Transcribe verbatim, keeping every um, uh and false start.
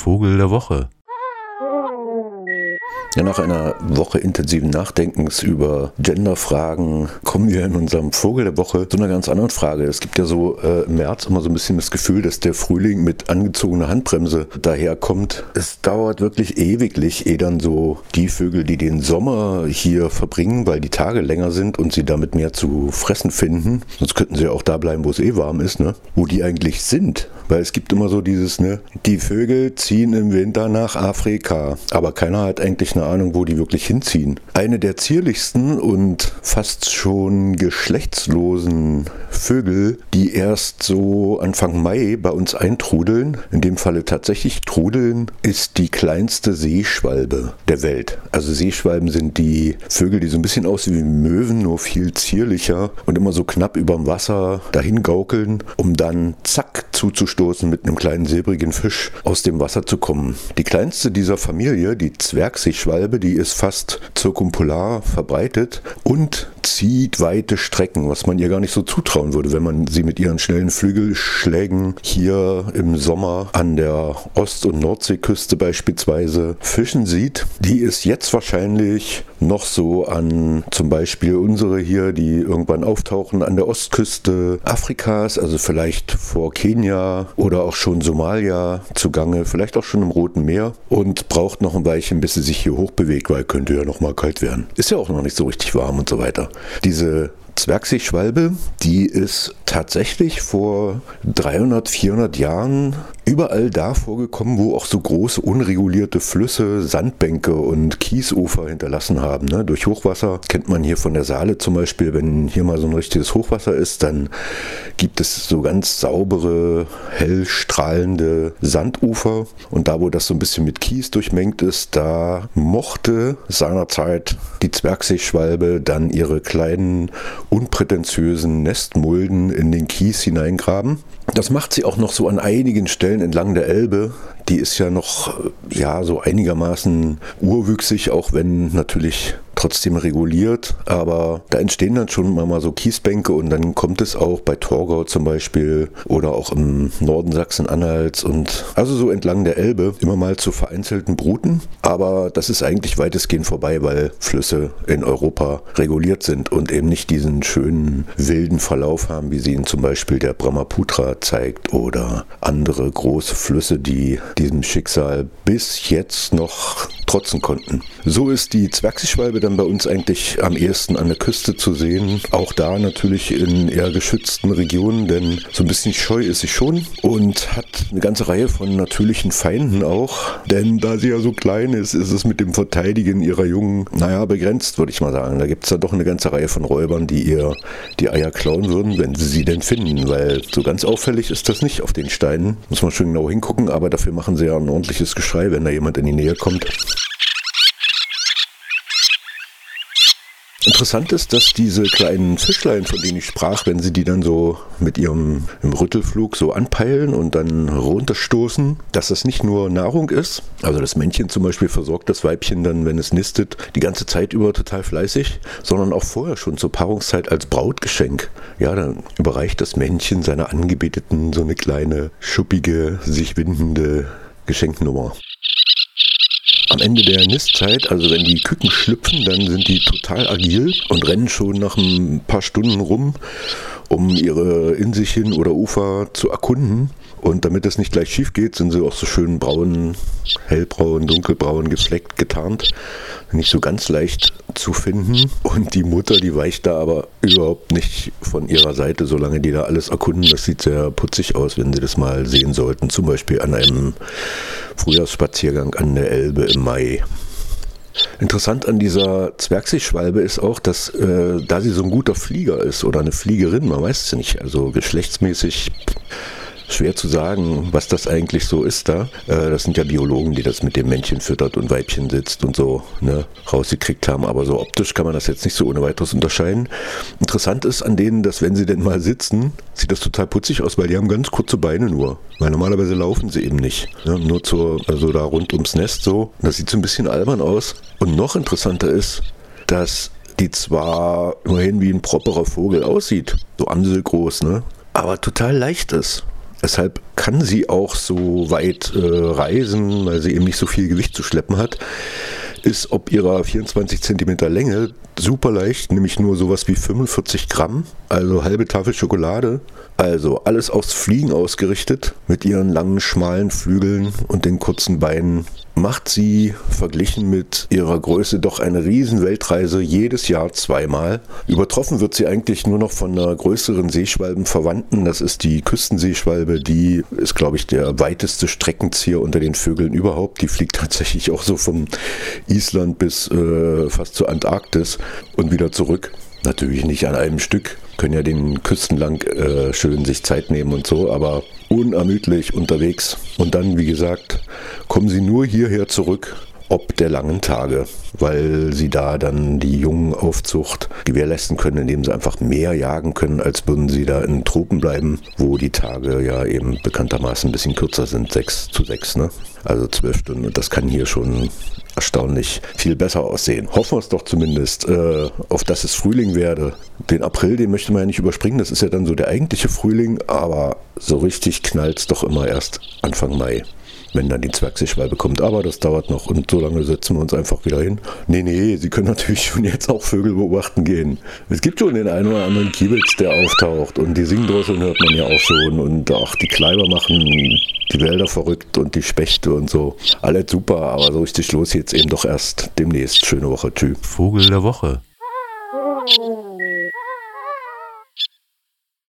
Vogel der Woche. Ja, nach einer Woche intensiven Nachdenkens über Genderfragen kommen wir in unserem Vogel der Woche zu einer ganz anderen Frage. Es gibt ja so äh, im März immer so ein bisschen das Gefühl, dass der Frühling mit angezogener Handbremse daherkommt. Es dauert wirklich ewiglich, ehe dann so die Vögel, die den Sommer hier verbringen, weil die Tage länger sind und sie damit mehr zu fressen finden, sonst könnten sie ja auch da bleiben, wo es eh warm ist, ne? Wo die eigentlich sind. Weil es gibt immer so dieses, ne, die Vögel ziehen im Winter nach Afrika, aber keiner hat eigentlich eine Ahnung, wo die wirklich hinziehen. Eine der zierlichsten und fast schon geschlechtslosen Vögel, die erst so Anfang Mai bei uns eintrudeln, in dem Falle tatsächlich trudeln, ist die kleinste Seeschwalbe der Welt. Also Seeschwalben sind die Vögel, die so ein bisschen aussehen wie Möwen, nur viel zierlicher und immer so knapp überm Wasser dahin gaukeln, um dann zack zuzustoßen, mit einem kleinen silbrigen Fisch aus dem Wasser zu kommen. Die kleinste dieser Familie, die Zwergseeschwalbe, die ist fast zirkumpolar verbreitet und zieht weite Strecken, was man ihr gar nicht so zutrauen würde, wenn man sie mit ihren schnellen Flügelschlägen hier im Sommer an der Ost- und Nordseeküste beispielsweise fischen sieht. Die ist jetzt wahrscheinlich noch so an zum Beispiel unsere hier, die irgendwann auftauchen an der Ostküste Afrikas, also vielleicht vor Kenia oder auch schon Somalia zugange, vielleicht auch schon im Roten Meer und braucht noch ein Weilchen, bis sie sich hier hochbewegt, weil könnte ja noch mal kalt werden. Ist ja auch noch nicht so richtig warm und so weiter. Diese Zwergseeschwalbe, die ist tatsächlich vor dreihundert, vierhundert Jahren überall da vorgekommen, wo auch so große unregulierte Flüsse, Sandbänke und Kiesufer hinterlassen haben. Ne? Durch Hochwasser kennt man hier von der Saale zum Beispiel, wenn hier mal so ein richtiges Hochwasser ist, dann gibt es so ganz saubere, hell strahlende Sandufer und da, wo das so ein bisschen mit Kies durchmengt ist, da mochte seinerzeit die Zwergseeschwalbe dann ihre kleinen unprätentiösen Nestmulden in den Kies hineingraben. Das macht sie auch noch so an einigen Stellen entlang der Elbe. Die ist ja noch ja so einigermaßen urwüchsig, auch wenn natürlich trotzdem reguliert, aber da entstehen dann schon mal so Kiesbänke und dann kommt es auch bei Torgau zum Beispiel oder auch im Norden Sachsen-Anhalts und also so entlang der Elbe immer mal zu vereinzelten Bruten, aber das ist eigentlich weitestgehend vorbei, weil Flüsse in Europa reguliert sind und eben nicht diesen schönen wilden Verlauf haben, wie sie ihn zum Beispiel der Brahmaputra zeigt oder andere große Flüsse, die diesem Schicksal bis jetzt noch trotzen konnten. So ist die Zwergseeschwalbe dann bei uns eigentlich am ehesten an der Küste zu sehen. Auch da natürlich in eher geschützten Regionen, denn so ein bisschen scheu ist sie schon und hat eine ganze Reihe von natürlichen Feinden auch. Denn da sie ja so klein ist, ist es mit dem Verteidigen ihrer Jungen, naja, begrenzt, würde ich mal sagen. Da gibt es ja doch eine ganze Reihe von Räubern, die ihr die Eier klauen würden, wenn sie sie denn finden, weil so ganz auffällig ist das nicht auf den Steinen. Muss man schon genau hingucken, aber dafür machen sie ja ein ordentliches Geschrei, wenn da jemand in die Nähe kommt. Interessant ist, dass diese kleinen Fischlein, von denen ich sprach, wenn sie die dann so mit ihrem im Rüttelflug so anpeilen und dann runterstoßen, dass das nicht nur Nahrung ist. Also das Männchen zum Beispiel versorgt das Weibchen dann, wenn es nistet, die ganze Zeit über total fleißig, sondern auch vorher schon zur Paarungszeit als Brautgeschenk. Ja, dann überreicht das Männchen seiner Angebeteten so eine kleine, schuppige, sich windende Geschenknummer. Am Ende der Nistzeit, also wenn die Küken schlüpfen, dann sind die total agil und rennen schon nach ein paar Stunden rum, um ihre in sich hin oder Ufer zu erkunden. Und damit es nicht gleich schief geht, sind sie auch so schön braun, hellbraun, dunkelbraun gefleckt, getarnt. Nicht so ganz leicht zu finden. Und die Mutter, die weicht da aber überhaupt nicht von ihrer Seite, solange die da alles erkunden. Das sieht sehr putzig aus, wenn Sie das mal sehen sollten. Zum Beispiel an einem Frühjahrsspaziergang an der Elbe im Mai. Interessant an dieser Zwergseeschwalbe ist auch, dass äh, da sie so ein guter Flieger ist oder eine Fliegerin, man weiß es nicht, also geschlechtsmäßig schwer zu sagen, was das eigentlich so ist da. Äh, das sind ja Biologen, die das mit dem Männchen füttert und Weibchen sitzt und so ne, rausgekriegt haben. Aber so optisch kann man das jetzt nicht so ohne weiteres unterscheiden. Interessant ist an denen, dass wenn sie denn mal sitzen, sieht das total putzig aus, weil die haben ganz kurze Beine nur. Weil normalerweise laufen sie eben nicht. Ne, nur zur, also da rund ums Nest so. Das sieht so ein bisschen albern aus. Und noch interessanter ist, dass die zwar immerhin wie ein properer Vogel aussieht, so amselgroß, ne, aber total leicht ist. Deshalb kann sie auch so weit äh, reisen, weil sie eben nicht so viel Gewicht zu schleppen hat. Ist ob ihrer vierundzwanzig Zentimeter Länge super leicht, nämlich nur sowas wie fünfundvierzig Gramm, also halbe Tafel Schokolade. Also alles aufs Fliegen ausgerichtet, mit ihren langen, schmalen Flügeln und den kurzen Beinen. Macht sie, verglichen mit ihrer Größe, doch eine riesen Weltreise jedes Jahr zweimal. Übertroffen wird sie eigentlich nur noch von einer größeren Seeschwalbenverwandten. Das ist die Küstenseeschwalbe, die ist, glaube ich, der weiteste Streckenzieher unter den Vögeln überhaupt. Die fliegt tatsächlich auch so von Island bis äh, fast zur Antarktis und wieder zurück. Natürlich nicht an einem Stück, können ja den Küsten lang äh, schön sich Zeit nehmen und so, aber unermüdlich unterwegs. Und dann, wie gesagt, kommen sie nur hierher zurück, ob der langen Tage, weil sie da dann die Jungenaufzucht gewährleisten können, indem sie einfach mehr jagen können, als würden sie da in den Tropen bleiben, wo die Tage ja eben bekanntermaßen ein bisschen kürzer sind, sechs zu sechs, ne? Also zwölf Stunden. Und das kann hier schon erstaunlich viel besser aussehen. Hoffen wir es doch zumindest, äh, auf dass es Frühling werde. Den April, den möchte man ja nicht überspringen, das ist ja dann so der eigentliche Frühling, aber so richtig knallt es doch immer erst Anfang Mai, wenn dann die Zwergseeschwalbe kommt. Aber das dauert noch und so lange setzen wir uns einfach wieder hin. Nee, nee, Sie können natürlich schon jetzt auch Vögel beobachten gehen. Es gibt schon den einen oder anderen Kiebitz, der auftaucht und die Singdrosseln hört man ja auch schon und auch die Kleiber machen die Wälder verrückt und die Spechte und so. Alles super, aber so richtig los jetzt eben doch erst demnächst. Schöne Woche, tschüss. Vogel der Woche.